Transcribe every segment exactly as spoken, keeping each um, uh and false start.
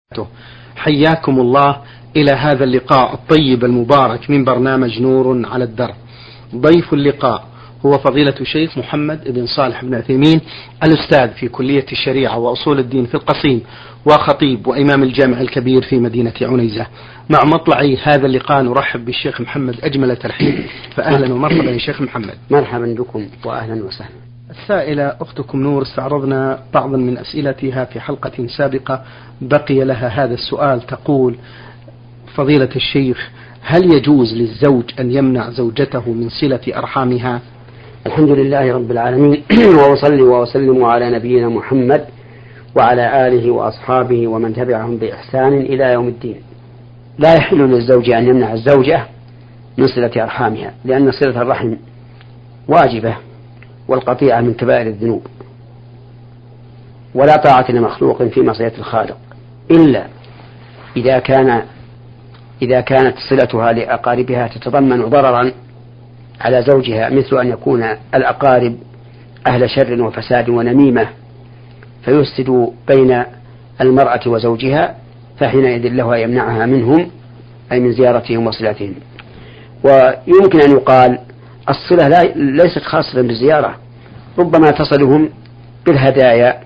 حياكم الله إلى هذا اللقاء الطيب المبارك من برنامج نور على الدرب. ضيف اللقاء هو فضيلة الشيخ محمد بن صالح بن عثيمين، الأستاذ في كلية الشريعة وأصول الدين في القصيم، وخطيب وإمام الجامع الكبير في مدينة عنيزة. مع مطلع هذا اللقاء نرحب بالشيخ محمد أجمل ترحيب، فأهلا ومرحبا يا شيخ محمد. مرحبا بكم وأهلا وسهلا. السائلة أختكم نور استعرضنا بعضا من أسئلتها في حلقة سابقة، بقي لها هذا السؤال. تقول فضيلة الشيخ: هل يجوز للزوج أن يمنع زوجته من صلة أرحامها؟ الحمد لله رب العالمين، وأصلي وأسلم على نبينا محمد وعلى آله وأصحابه ومن تبعهم بإحسان إلى يوم الدين. لا يحل للزوج أن يمنع الزوجة من صلة أرحامها، لأن صلة الرحم واجبة، والقطيعة من كبائر الذنوب، ولا طاعة لمخلوق في معصية الخالق إلا إذا كان إذا كانت صلتها لأقاربها تتضمن ضررا على زوجها، مثل أن يكون الأقارب أهل شر وفساد ونميمة فيفسد بين المرأة وزوجها، فحينئذ له أن يمنعها منهم، أي من زيارتهم وصلتهم. ويمكن أن يقال الصلة ليست خاصة بالزيارة، ربما تصلهم بالهدايا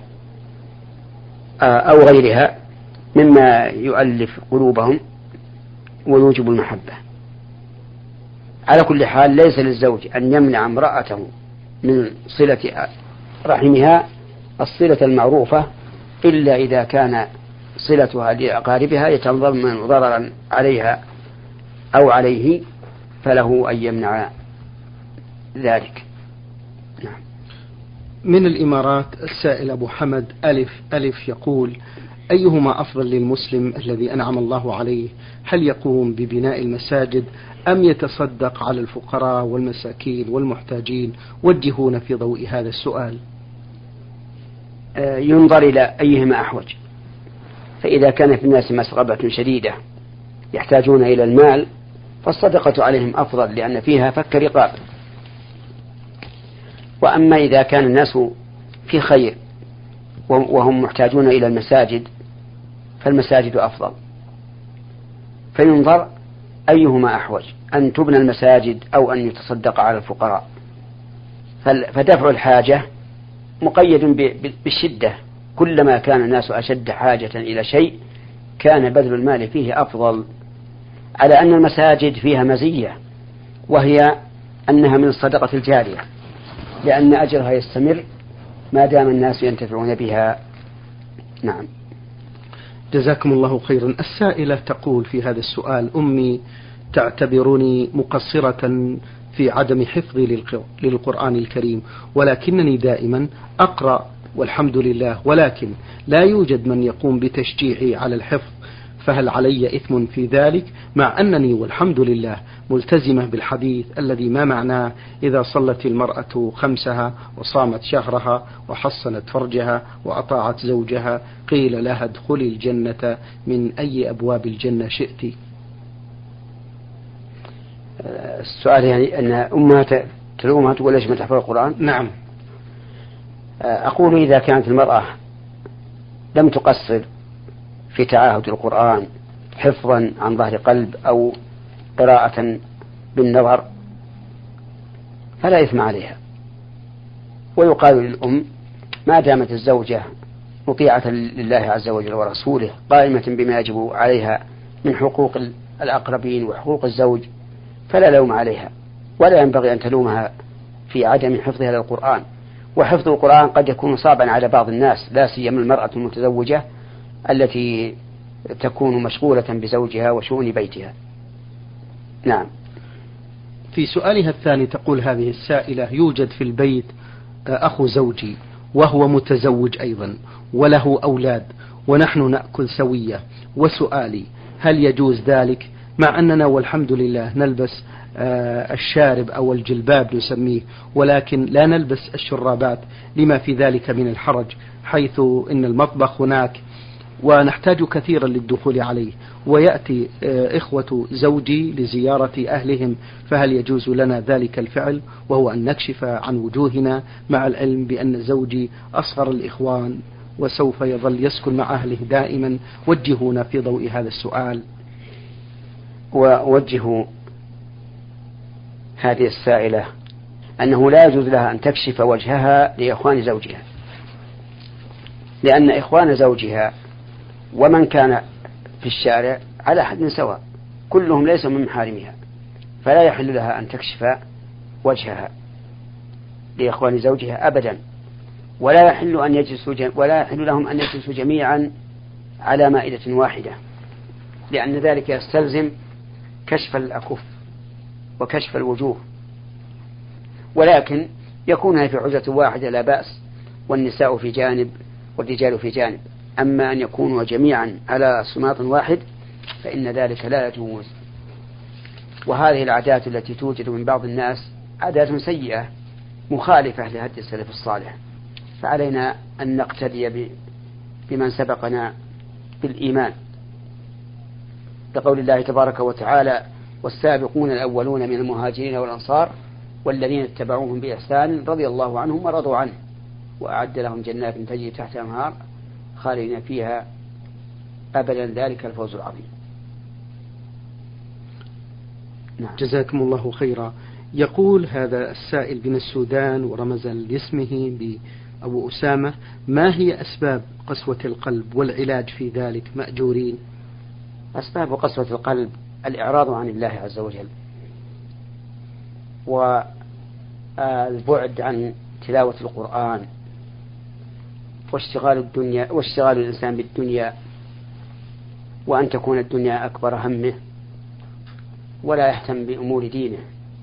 أو غيرها مما يؤلف قلوبهم ويوجب المحبة. على كل حال ليس للزوج أن يمنع امرأته من صلة رحمها الصلة المعروفة، إلا إذا كان صلتها لأقاربها يتضمن ضررا عليها أو عليه، فله أن يمنع ذلك. نعم. من الإمارات السائل أبو حمد ألف ألف يقول: أيهما أفضل للمسلم الذي أنعم الله عليه؟ هل يقوم ببناء المساجد أم يتصدق على الفقراء والمساكين والمحتاجين؟ وجهونا في ضوء هذا السؤال. ينظر إلى أيهما أحوج، فإذا كان في الناس مسغبة شديدة يحتاجون إلى المال فالصدقة عليهم أفضل، لأن فيها فك رقاب. وأما إذا كان الناس في خير وهم محتاجون إلى المساجد فالمساجد أفضل، فينظر أيهما أحوج، أن تبنى المساجد أو أن يتصدق على الفقراء. فدفع الحاجة مقيد بالشدة، كلما كان الناس أشد حاجة إلى شيء كان بذل المال فيه أفضل، على أن المساجد فيها مزية، وهي أنها من الصدقة الجارية، لأن أجرها يستمر ما دام الناس ينتفعون بها. نعم. جزاكم الله خيرا. السائلة تقول في هذا السؤال: أمي تعتبرني مقصرة في عدم حفظي للقرآن الكريم، ولكنني دائما أقرأ والحمد لله، ولكن لا يوجد من يقوم بتشجيعي على الحفظ، فهل علي إثم في ذلك؟ مع أنني والحمد لله ملتزمة بالحديث الذي ما معناه: إذا صلت المرأة خمسها وصامت شهرها وحصنت فرجها وأطاعت زوجها قيل لها ادخلي الجنة من أي أبواب الجنة شئت. السؤال يعني أن أمها تلومها تقول ليش ما تحفظ القرآن؟ نعم. أقول إذا كانت المرأة لم تقصر في تعاهد القرآن حفظا عن ظهر قلب أو قراءة بالنظر فلا إثم عليها. ويقال للأم ما دامت الزوجة مطيعة لله عز وجل ورسوله قائمة بما يجب عليها من حقوق الأقربين وحقوق الزوج فلا لوم عليها، ولا ينبغي أن تلومها في عدم حفظها للقرآن. وحفظ القرآن قد يكون صعبا على بعض الناس، لا سيما المرأة المتزوجة التي تكون مشغولة بزوجها وشؤون بيتها. نعم. في سؤالها الثاني تقول هذه السائلة: يوجد في البيت أخو زوجي وهو متزوج أيضا وله أولاد ونحن نأكل سوية، وسؤالي: هل يجوز ذلك مع أننا والحمد لله نلبس الشارب أو الجلباب نسميه، ولكن لا نلبس الشرابات لما في ذلك من الحرج، حيث إن المطبخ هناك ونحتاج كثيرا للدخول عليه، ويأتي إخوة زوجي لزيارة أهلهم، فهل يجوز لنا ذلك الفعل وهو أن نكشف عن وجوهنا، مع العلم بأن زوجي أصغر الإخوان وسوف يظل يسكن مع أهله دائما؟ وجهونا في ضوء هذا السؤال. ووجهوا هذه السائلة أنه لا يجوز لها أن تكشف وجهها لإخوان زوجها، لأن إخوان زوجها ومن كان في الشارع على حد سواء، كلهم ليسوا من محارمها، فلا يحل لها أن تكشف وجهها لإخوان زوجها أبدا، ولا يحل أن يجلسوا ولا يحل لهم أن يجلسوا جميعا على مائدة واحدة، لأن ذلك يستلزم كشف الأكف وكشف الوجوه، ولكن يكون في عزة واحدة لا بأس، والنساء في جانب والرجال في جانب. أما أن يكونوا جميعا على صماط واحد فإن ذلك لا يجوز. وهذه العادات التي توجد من بعض الناس عادات سيئة مخالفة لهدي السلف الصالح، فعلينا أن نقتدي بمن سبقنا بالإيمان، بقول الله تبارك وتعالى: والسابقون الأولون من المهاجرين والأنصار والذين اتبعوهم بإحسان رضي الله عنهم ورضوا عنه وأعد لهم جنات تجري تحت الأنهار خالدين فيها أبدا، ذلك الفوز العظيم. نعم. جزاكم الله خيرا. يقول هذا السائل من السودان ورمز لاسمه بأبو أسامة: ما هي أسباب قسوة القلب والعلاج في ذلك مأجورين؟ أسباب قسوة القلب الإعراض عن الله عز وجل، والبعد عن تلاوة القرآن، واشتغال الدنيا واشتغال الإنسان بالدنيا، وأن تكون الدنيا أكبر همه ولا يهتم بأمور دينه،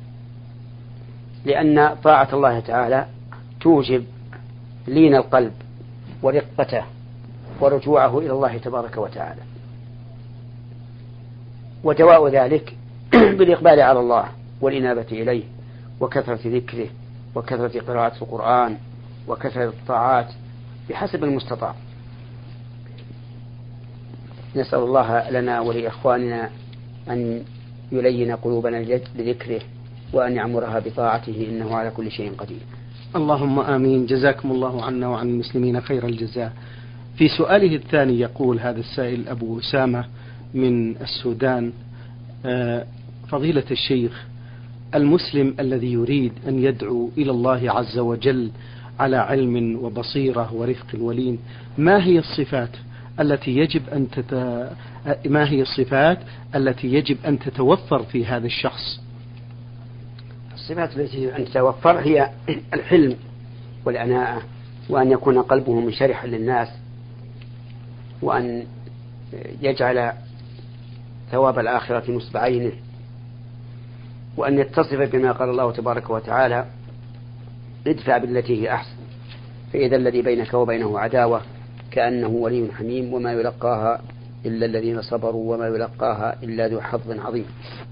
لأن طاعة الله تعالى توجب لين القلب ورقته ورجوعه إلى الله تبارك وتعالى، ودواء ذلك بالإقبال على الله والإنابة إليه وكثرة ذكره وكثرة قراءة القرآن وكثرة الطاعات بحسب المستطاع. نسأل الله لنا ولإخواننا أن يلين قلوبنا لذكره وأن يعمرها بطاعته، إنه على كل شيء قدير. اللهم آمين. جزاكم الله عنا وعن المسلمين خير الجزاء. في سؤاله الثاني يقول هذا السائل أبو أسامة من السودان: فضيلة الشيخ، المسلم الذي يريد أن يدعو إلى الله عز وجل على علم وبصيرة ورفق ولين، ما هي الصفات التي يجب أن تت... ما هي الصفات التي يجب أن تتوفر في هذا الشخص؟ الصفات التي يجب أن تتوفر هي الحلم والأناءة، وأن يكون قلبه منشرحا للناس، وأن يجعل ثواب الآخرة نصب عينه، وأن يتصف بما قال الله تبارك وتعالى: ادفع بالتي هي أحسن فإذا الذي بينك وبينه عداوة كأنه ولي حميم وما يلقاها إلا الذين صبروا وما يلقاها إلا ذو حظ عظيم.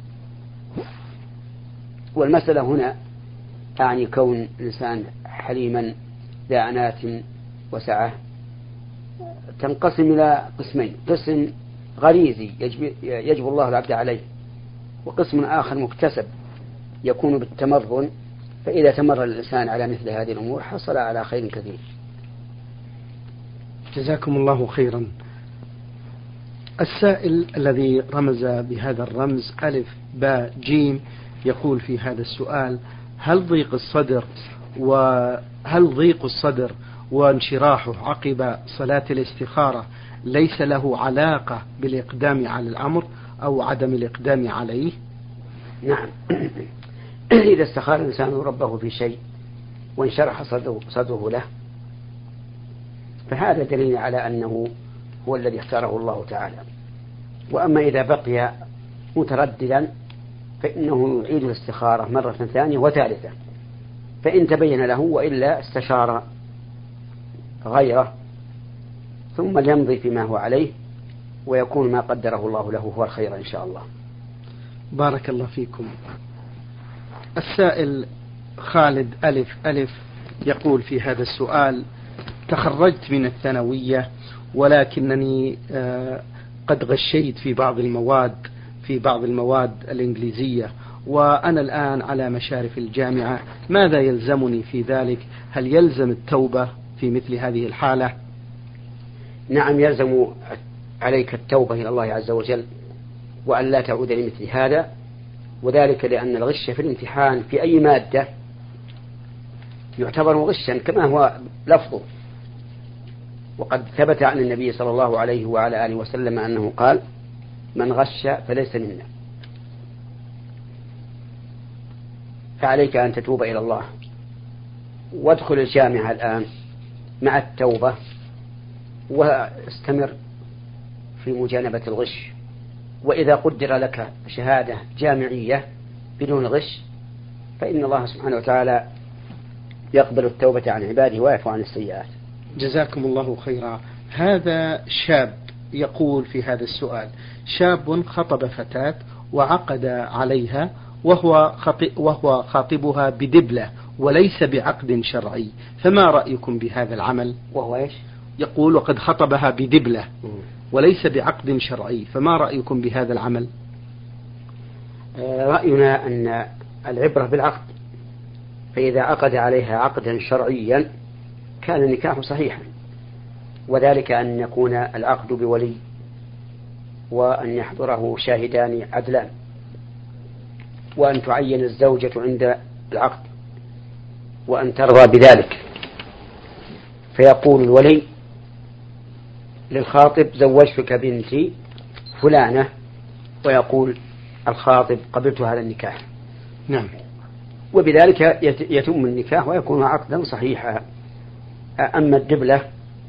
والمسألة هنا أعني كون الإنسان حليما ذا أناة وسعة تنقسم إلى قسمين: قسم غريزي يجب, يجب الله العبد عليه، وقسم آخر مكتسب يكون بالتمرن، فإذا تمرن الإنسان على مثل هذه الأمور حصل على خير كثير. جزاكم الله خيرا. السائل الذي رمز بهذا الرمز ألف باء جيم يقول في هذا السؤال: هل ضيق الصدر وهل ضيق الصدر وانشراحه عقب صلاة الاستخارة ليس له علاقة بالإقدام على الأمر أو عدم الإقدام عليه؟ نعم. إذا استخار الإنسان ربه في شيء وانشرح صدره, صدره له فهذا دليل على أنه هو الذي اختاره الله تعالى. وأما إذا بقي مترددا فإنه يعيد الاستخارة مرة ثانية وثالثة، فإن تبين له، وإلا استشار غيره ثم يمضي فيما هو عليه، ويكون ما قدره الله له هو الخير إن شاء الله. بارك الله فيكم. السائل خالد ألف ألف يقول في هذا السؤال: تخرجت من الثانوية ولكنني قد غشيت في بعض المواد في بعض المواد الإنجليزية، وأنا الآن على مشارف الجامعة، ماذا يلزمني في ذلك؟ هل يلزم التوبة في مثل هذه الحالة؟ نعم يلزم عليك التوبة إلى الله عز وجل وأن لا تعود لمثل هذا، وذلك لأن الغش في الامتحان في أي مادة يعتبر غشا كما هو لفظه. وقد ثبت عن النبي صلى الله عليه وعلى آله وسلم أنه قال: من غش فليس منا. فعليك أن تتوب إلى الله وادخل الجامعة الآن مع التوبة واستمر في مجانبة الغش، وإذا قدر لك شهادة جامعية بدون غش فإن الله سبحانه وتعالى يقبل التوبة عن عباده ويعفو عن السيئات. جزاكم الله خيرا. هذا شاب يقول في هذا السؤال: شاب خطب فتاة وعقد عليها وهو وهو خاطبها بدبلة وليس بعقد شرعي، فما رأيكم بهذا العمل؟ وهو إيش؟ يقول: وقد خطبها بدبلة وليس بعقد شرعي، فما رأيكم بهذا العمل؟ رأينا أن العبرة بالعقد، فإذا عقد عليها عقدا شرعيا كان النكاح صحيحا، وذلك أن يكون العقد بولي وأن يحضره شاهدان عدلان وأن تعين الزوجة عند العقد وأن ترضى بذلك، فيقول الولي للخاطب: زوجتك بنتي فلانة، ويقول الخاطب: قبلت هذا النكاح. نعم. وبذلك يتم النكاح ويكون عقدا صحيحا. أما الدبلة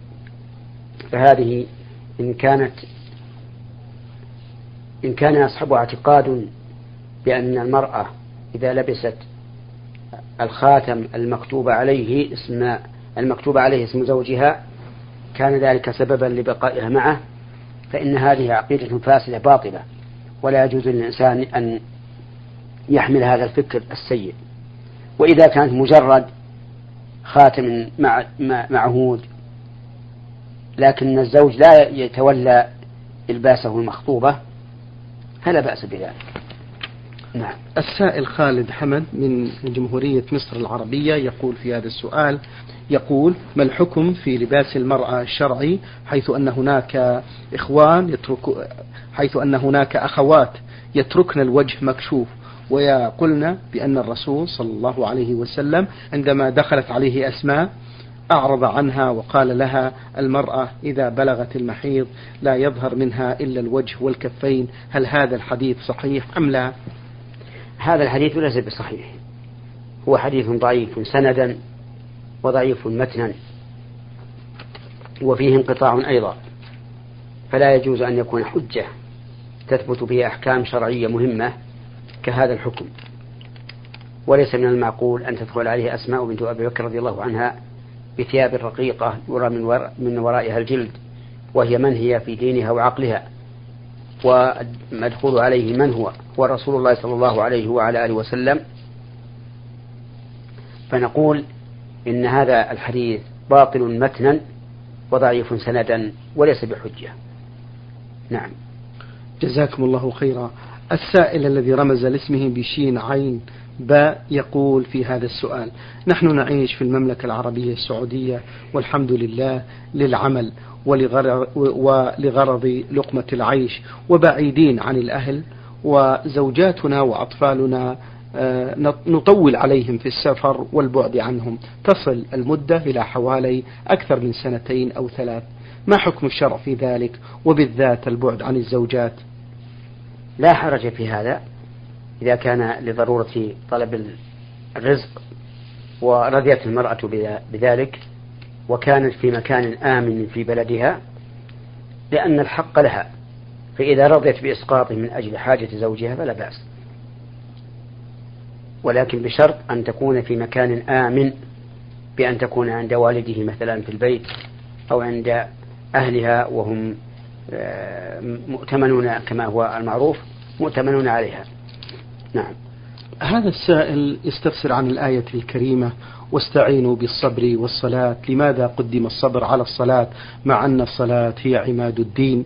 فهذه إن كانت إن كان أصحابها اعتقاد بأن المرأة إذا لبست الخاتم المكتوب عليه اسم المكتوب عليه اسم زوجها كان ذلك سببا لبقائها معه، فإن هذه عقيدة فاسدة باطلة، ولا يجوز للإنسان أن يحمل هذا الفكر السيء. وإذا كانت مجرد خاتم مع معهود لكن الزوج لا يتولى إلباسه المخطوبة فلا بأس بذلك. نعم. السائل خالد حمد من جمهورية مصر العربية يقول في هذا السؤال: يقول: ما الحكم في لباس المرأة الشرعي حيث أن هناك إخوان يترك حيث أن هناك أخوات يتركن الوجه مكشوف ويقولن بأن الرسول صلى الله عليه وسلم عندما دخلت عليه أسماء أعرض عنها وقال لها: المرأة إذا بلغت المحيض لا يظهر منها إلا الوجه والكفين، هل هذا الحديث صحيح أم لا؟ هذا الحديث ليس بصحيح، هو حديث ضعيف سندا وضعيف متنا وفيه انقطاع أيضا، فلا يجوز أن يكون حجة تثبت به أحكام شرعية مهمة كهذا الحكم. وليس من المعقول أن تدخل عليه أسماء بنت أبي بكر رضي الله عنها بثياب رقيقة يرى من, ور... من ورائها الجلد وهي من هي في دينها وعقلها، ومدخول عليه من هو هو رسول الله صلى الله عليه وعلى آله وسلم. فنقول إن هذا الحديث باطل متنا وضعيف سندا وليس بحجة. نعم. جزاكم الله خيرا. السائل الذي رمز لاسمه بشين عين باء يقول في هذا السؤال: نحن نعيش في المملكة العربية السعودية والحمد لله للعمل ولغرض لقمة العيش وبعيدين عن الأهل، وزوجاتنا وأطفالنا نطول عليهم في السفر والبعد عنهم، تصل المدة إلى حوالي أكثر من سنتين أو ثلاث، ما حكم الشرع في ذلك وبالذات البعد عن الزوجات؟ لا حرج في هذا إذا كان لضرورة طلب الرزق ورضيت المرأة بذلك وكانت في مكان آمن في بلدها، لأن الحق لها، فإذا رضيت بإسقاطه من أجل حاجة زوجها فلا بأس، ولكن بشرط أن تكون في مكان آمن، بأن تكون عند والده مثلا في البيت أو عند أهلها وهم مؤتمنون كما هو المعروف مؤتمنون عليها. نعم. هذا السائل يستفسر عن الآية الكريمة: واستعينوا بالصبر والصلاة، لماذا قدم الصبر على الصلاة مع أن الصلاة هي عماد الدين؟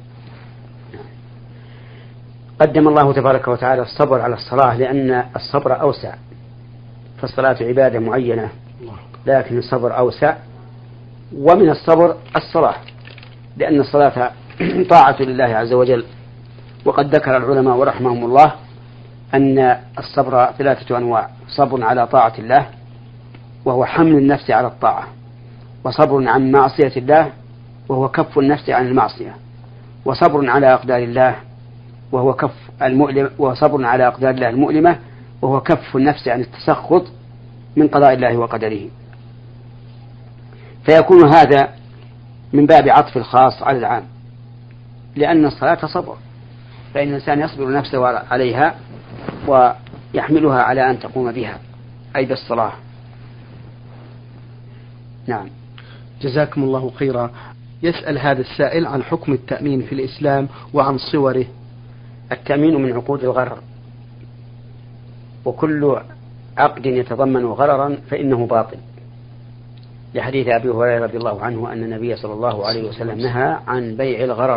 قدم الله تبارك وتعالى الصبر على الصلاة لأن الصبر أوسع، فالصلاة عبادة معينة لكن الصبر أوسع، ومن الصبر الصلاة، لأن الصلاة طاعة لله عز وجل. وقد ذكر العلماء ورحمهم الله أن الصبر ثلاثة أنواع: صبر على طاعة الله وهو حمل النفس على الطاعة، وصبر عن معصية الله وهو كف النفس عن المعصية، وصبر على أقدار الله وهو كف المؤلم وصبر على أقدار الله المؤلمة وهو كف النفس عن التسخط من قضاء الله وقدره. فيكون هذا من باب عطف الخاص على العام، لأن الصلاة صبر، فإن الإنسان يصبر نفسه عليها ويحملها على أن تقوم بها، أي بالصلاة. نعم. جزاكم الله خيرا. يسأل هذا السائل عن حكم التأمين في الإسلام وعن صوره. التأمين من عقود الغرر، وكل عقد يتضمن غررا فإنه باطل، لحديث أبي هريرة رضي الله عنه أن النبي صلى الله عليه وسلم نهى عن بيع الغرر،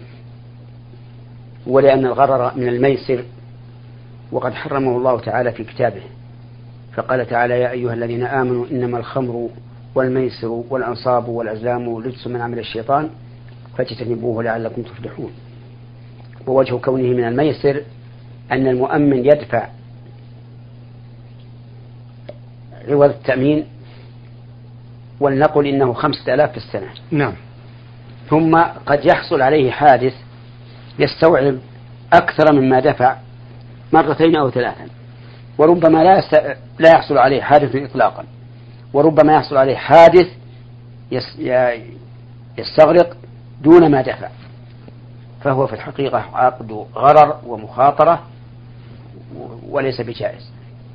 ولأن الغرر من الميسر، وقد حرمه الله تعالى في كتابه، فقال تعالى: يا أيها الذين آمنوا إنما الخمر والميسر والأنصاب والأزلام رجس من عمل الشيطان فاجتنبوه لعلكم تفلحون. ووجه كونه من الميسر أن المؤمن يدفع عوض التأمين، ولنقل إنه خمسة آلاف في السنة. نعم. ثم قد يحصل عليه حادث يستوعب أكثر مما دفع مرتين أو ثلاثا، وربما لا لا يحصل عليه حادث إطلاقا، وربما يحصل عليه حادث يستغرق دون ما دفع، فهو في الحقيقة عقد غرر ومخاطرة وليس بجائز.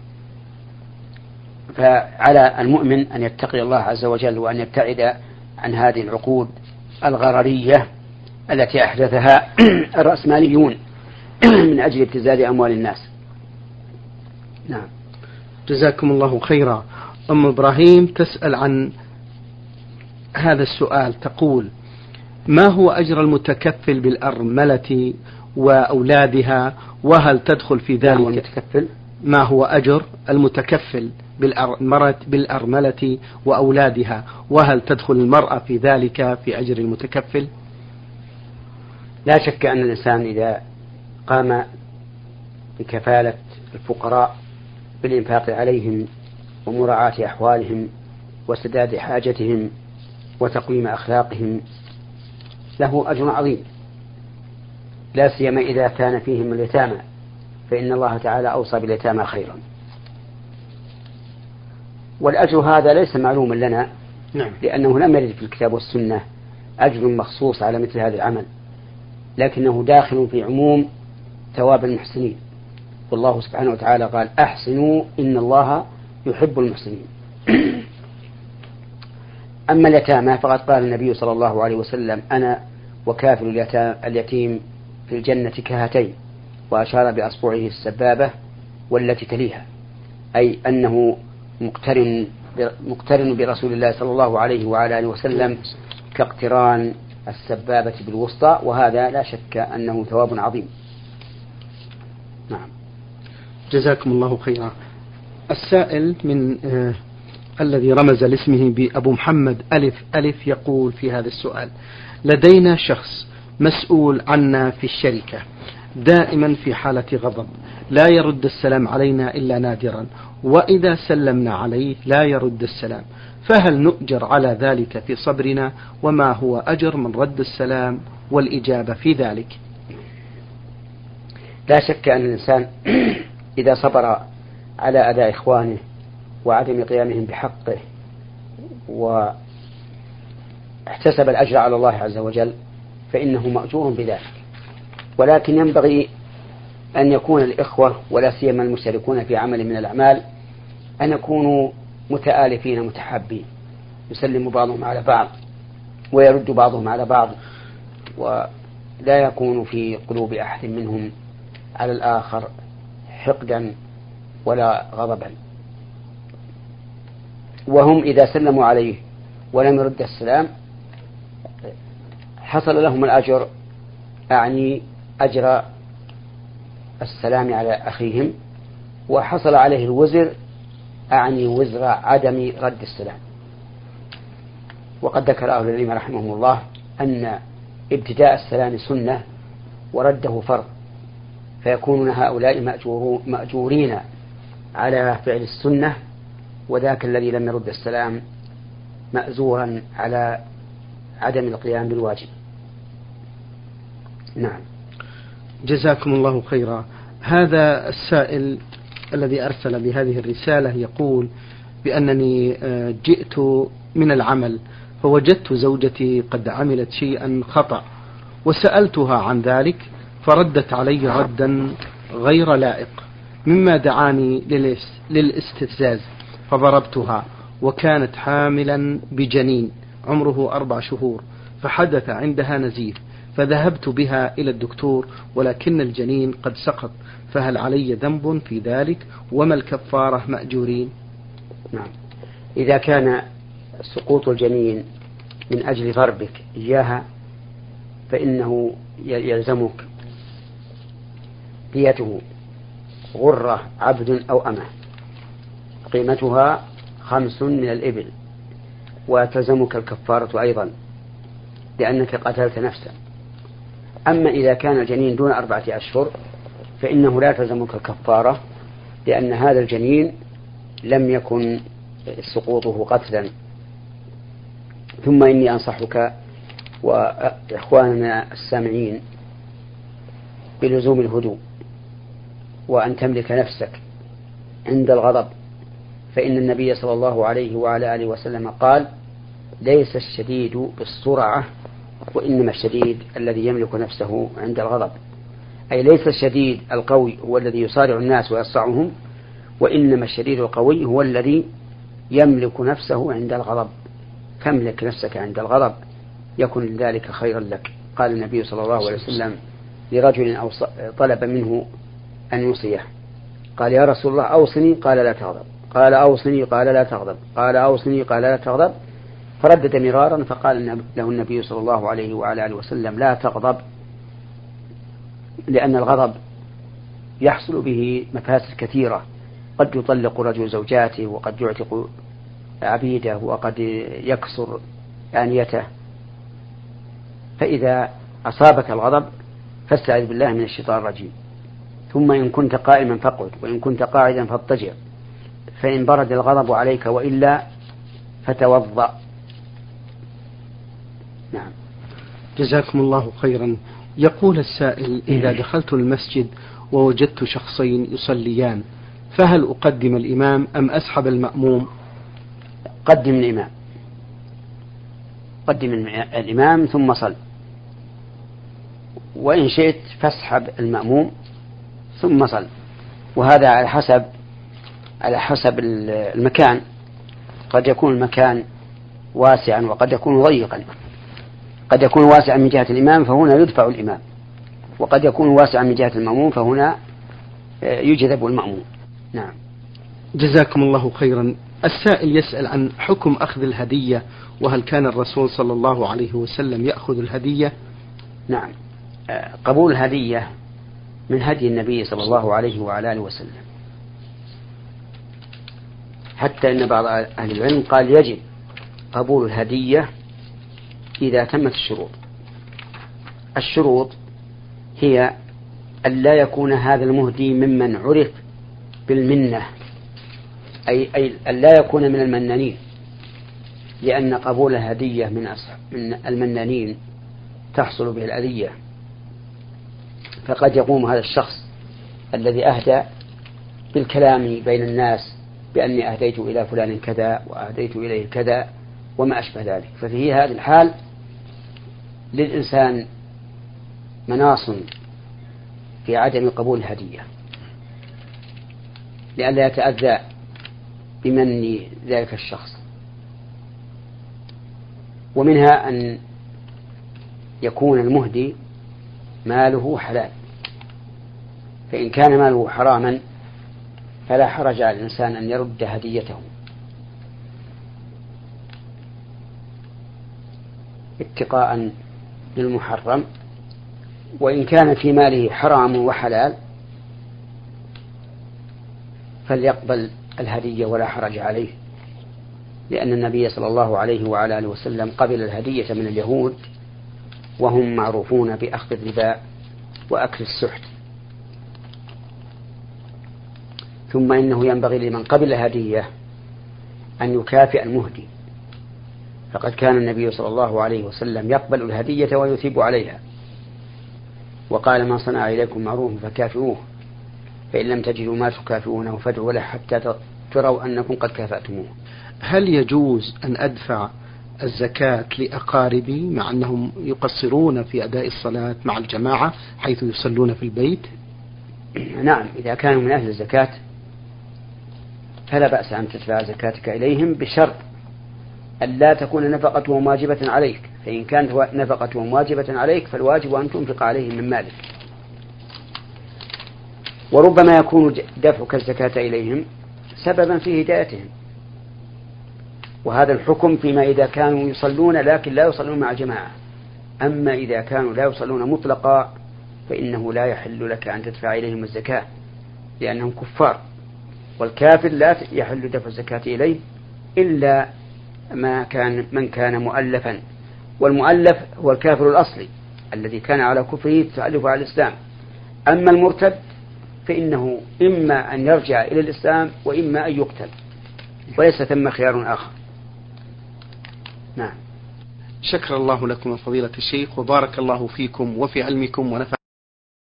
فعلى المؤمن أن يتقي الله عز وجل وأن يبتعد عن هذه العقود الغررية التي أحدثها الرأسماليون من أجل ابتزاز أموال الناس. نعم. جزاكم الله خيرا. أم إبراهيم تسأل عن هذا السؤال، تقول: ما هو أجر المتكفل بالأرملة وأولادها، وهل تدخل في ذلك؟ ما هو المتكفل؟ ما هو أجر المتكفل بالأرملة وأولادها، وهل تدخل المرأة في ذلك في أجر المتكفل؟ لا شك أن الإنسان إذا قام بكفالة الفقراء بالإنفاق عليهم ومراعاة أحوالهم وسداد حاجتهم وتقويم أخلاقهم له أجر عظيم، لا سيما إذا كان فيهم اليتامى، فإن الله تعالى أوصى باليتامى خيرا. والأجر هذا ليس معلوما لنا، نعم. لأنه لم يرد في الكتاب والسنة أجر مخصوص على مثل هذا العمل، لكنه داخل في عموم ثواب المحسنين، والله سبحانه وتعالى قال: أحسنوا إن الله يحب المحسنين. أما اليتامى فقد قال النبي صلى الله عليه وسلم: أنا وكافل اليتيم في الجنة كهاتين، وأشار بأصبعه السبابة والتي تليها، أي أنه مقترن مقترن برسول الله صلى الله عليه وعلى آله وسلم كاقتران السبابة بالوسطى، وهذا لا شك أنه ثواب عظيم. نعم. جزاكم الله خيرا. السائل من آه الذي رمز لاسمه بأبو محمد ألف ألف يقول في هذا السؤال: لدينا شخص مسؤول عنا في الشركة دائما في حالة غضب، لا يرد السلام علينا إلا نادرا، وإذا سلمنا عليه لا يرد السلام، فهل نؤجر على ذلك في صبرنا؟ وما هو أجر من رد السلام والإجابة في ذلك؟ لا شك أن الإنسان إذا صبر على أداء إخوانه وعدم قيامهم بحقه واحتسب الأجر على الله عز وجل فإنه مأجور بذلك، ولكن ينبغي أن يكون الإخوة ولا سيما المشتركون في عمل من الأعمال أن يكونوا متآلفين متحابين، يسلم بعضهم على بعض ويرد بعضهم على بعض، ولا يكون في قلوب أحد منهم على الآخر حقدا ولا غضبا. وهم إذا سلموا عليه ولم يرد السلام حصل لهم الأجر، أعني أجر السلام على أخيهم، وحصل عليه الوزر، أعني وزر عدم رد السلام. وقد ذكر أهل العلم رحمهم الله أن ابتداء السلام سنة ورده فرض، فيكونون هؤلاء مأجورين على فعل السنة، وذاك الذي لم يرد السلام مأزورا على عدم القيام بالواجب. نعم. جزاكم الله خيرا. هذا السائل الذي أرسل بهذه الرسالة يقول بأنني جئت من العمل فوجدت زوجتي قد عملت شيئا خطأ، وسألتها عن ذلك فردت علي ردا غير لائق، مما دعاني للاستفزاز، فضربتها وكانت حاملا بجنين عمره أربع شهور، فحدث عندها نزيف، فذهبت بها إلى الدكتور ولكن الجنين قد سقط، فهل علي ذنب في ذلك؟ وما الكفارة مأجورين؟ نعم. إذا كان سقوط الجنين من أجل ضربك إياها فإنه يلزمك ديته غرة عبد أو أمة قيمتها خمس من الإبل، وتلزمك الكفارة أيضا لأنك قتلت نفسا. أما إذا كان الجنين دون أربعة أشهر فإنه لا تلزمك الكفارة، لأن هذا الجنين لم يكن سقوطه قتلا. ثم إني أنصحك وإخواننا السامعين بلزوم الهدوء، وأن تملك نفسك عند الغضب، فإن النبي صلى الله عليه وعلى آله وسلم قال: ليس الشديد بالسرعة وإنما الشديد الذي يملك نفسه عند الغضب. أي ليس الشديد القوي هو الذي يصارع الناس ويصرعهم، وإنما الشديد القوي هو الذي يملك نفسه عند الغضب. فاملك نفسك عند الغضب يكن ذلك خيرا لك. قال النبي صلى الله عليه وسلم لرجل أو طلب منه أن يوصيه، قال: يا رسول الله أوصني، قال: لا تغضب. قال: أوصني، قال: لا تغضب. قال: أوصني، قال: لا تغضب. فردد مرارا، فقال له النبي صلى الله عليه وعلى آله وسلم: لا تغضب، لأن الغضب يحصل به مفاسد كثيرة، قد يطلق الرجل زوجاته، وقد يعتق عبيده، وقد يكسر آنيته. فإذا أصابك الغضب فاستعذ بالله من الشيطان الرجيم، ثم إن كنت قائما فاقعد، وإن كنت قاعدا فاضطجع، فإن برد الغضب عليك وإلا فتوضأ. نعم. جزاكم الله خيرا. يقول السائل: إذا دخلت المسجد ووجدت شخصين يصليان فهل أقدم الإمام أم أسحب المأموم؟ قدم الإمام، قدم الإمام ثم صل، وإن شئت فاسحب المأموم ثم صل، وهذا على حسب على حسب المكان. قد يكون المكان واسعا وقد يكون ضيقا، قد يكون واسعا من جهة الإمام فهنا يدفع الإمام، وقد يكون واسعا من جهة المأموم فهنا يجذب المأموم. نعم. جزاكم الله خيرا. السائل يسأل عن حكم أخذ الهدية، وهل كان الرسول صلى الله عليه وسلم يأخذ الهدية؟ نعم. قبول الهدية من هدي النبي صلى الله عليه وعلى آله وسلم، حتى إن بعض أهل العلم قال يجب قبول الهدية إذا تمت الشروط. الشروط هي أن لا يكون هذا المهدي ممن عرف بالمنة، أي, أي أن لا يكون من المنانين، لأن قبول الهدية من, من المنانين تحصل به الأذية. فقد يقوم هذا الشخص الذي أهدى بالكلام بين الناس بأني أهديت إلى فلان كذا وأهديت إليه كذا وما أشبه ذلك، ففي هذه الحال للإنسان مناص في عدم قبول الهدية لئلا يتأذى بمن ذلك الشخص. ومنها أن يكون المهدي ماله حلال، فإن كان ماله حراما فلا حرج على الإنسان أن يرد هديته اتقاء للمحرم. وإن كان في ماله حرام وحلال فليقبل الهدية ولا حرج عليه، لأن النبي صلى الله عليه وعلى آله وسلم قبل الهدية من اليهود وهم معروفون بأخذ الربا وأكل السحت. ثم إنه ينبغي لمن قبل هدية أن يكافئ المهدي، فقد كان النبي صلى الله عليه وسلم يقبل الهدية ويثيب عليها، وقال: من صنع إليكم معروف فكافئوه، فإن لم تجدوا ما تكافئونه فادعوا له حتى تروا أنكم قد كافأتموه. هل يجوز أن أدفع الزكاة لأقاربي مع أنهم يقصرون في أداء الصلاة مع الجماعة حيث يصلون في البيت؟ نعم، إذا كانوا من أهل الزكاة فلا بأس أن تدفع زكاتك إليهم، بشرط أن لا تكون نفقتهم واجبة عليك، فإن كانت نفقتهم واجبة عليك فالواجب أن تنفق عليهم من مالك. وربما يكون دفعك الزكاة إليهم سببا في هدايتهم، وهذا الحكم فيما إذا كانوا يصلون لكن لا يصلون مع جماعة. أما إذا كانوا لا يصلون مطلقا فإنه لا يحل لك أن تدفع إليهم الزكاة، لأنهم كفار، والكافر لا يحل دفع الزكاة إليه إلا ما كان من كان مؤلفا، والمؤلف هو الكافر الأصلي الذي كان على كفره تألف على الإسلام. أما المرتد فإنه إما أن يرجع إلى الإسلام وإما أن يقتل، وليس ثم خيار آخر. نعم. شكر الله لكم فضيلة الشيخ، وبارك الله فيكم وفي علمكم ونفع